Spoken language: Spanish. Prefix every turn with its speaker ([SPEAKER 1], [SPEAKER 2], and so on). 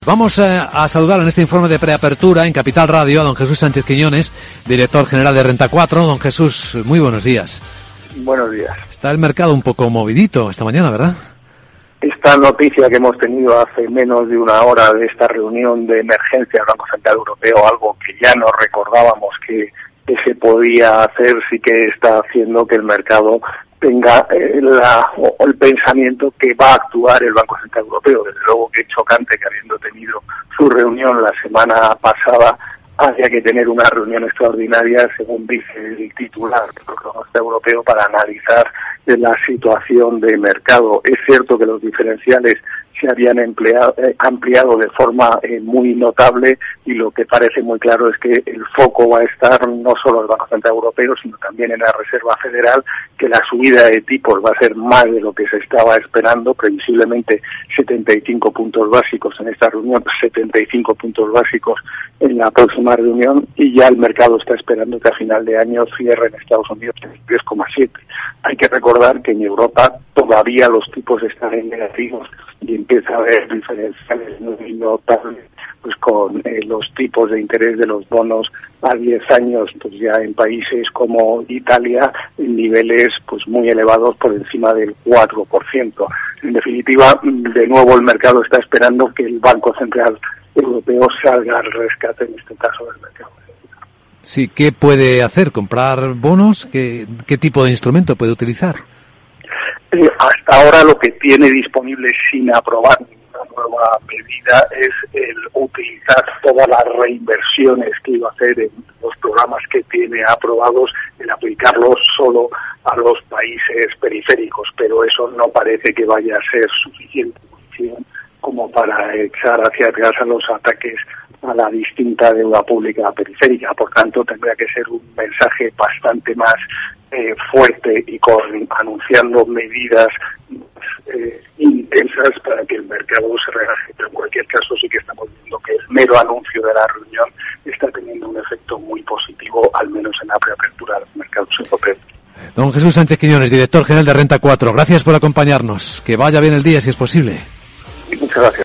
[SPEAKER 1] Vamos a saludar en este informe de preapertura en Capital Radio a don Jesús Sánchez Quiñones, director general de Renta 4. Don Jesús, muy buenos días.
[SPEAKER 2] Buenos días.
[SPEAKER 1] Está el mercado un poco movidito esta mañana, ¿verdad?
[SPEAKER 2] Esta noticia que hemos tenido hace menos de una hora de esta reunión de emergencia del Banco Central Europeo, algo que ya no recordábamos que se podía hacer, sí que está haciendo que el mercado tenga el pensamiento que va a actuar el Banco Central Europeo. Desde luego que es chocante que, habiendo tenido su reunión la semana pasada, haya que tener una reunión extraordinaria, según dice el titular del Banco Central Europeo, para analizar la situación de mercado. Es cierto que los diferenciales se habían ampliado de forma muy notable, y lo que parece muy claro es que el foco va a estar no solo en el Banco Central Europeo, sino también en la Reserva Federal, que la subida de tipos va a ser más de lo que se estaba esperando, previsiblemente 75 puntos básicos en esta reunión, 75 puntos básicos en la próxima reunión, y ya el mercado está esperando que a final de año cierre en Estados Unidos en 3,7. Hay que recordar que en Europa todavía los tipos están en negativos y empieza a haber diferenciales muy notables, pues con los tipos de interés de los bonos a 10 años, pues ya en países como Italia, en niveles pues muy elevados, por encima del 4%. En definitiva, de nuevo el mercado está esperando que el Banco Central Europeo salga al rescate, en este caso, del mercado.
[SPEAKER 1] Sí, ¿qué puede hacer? ¿Comprar bonos? ¿Qué tipo de instrumento puede utilizar?
[SPEAKER 2] Hasta ahora lo que tiene disponible sin aprobar ninguna nueva medida es el utilizar todas las reinversiones que iba a hacer en los programas que tiene aprobados, el aplicarlos solo a los países periféricos, pero eso no parece que vaya a ser suficiente como para echar hacia atrás a los ataques a la distinta deuda pública periférica. Por tanto, tendría que ser un mensaje bastante más fuerte y anunciando medidas intensas para que el mercado se relaje. Pero en cualquier caso sí que estamos viendo que el mero anuncio de la reunión está teniendo un efecto muy positivo, al menos en la preapertura de los mercados europeos.
[SPEAKER 1] Don Jesús Sánchez Quiñones, director general de Renta 4, gracias por acompañarnos. Que vaya bien el día, si es posible.
[SPEAKER 2] Muchas gracias.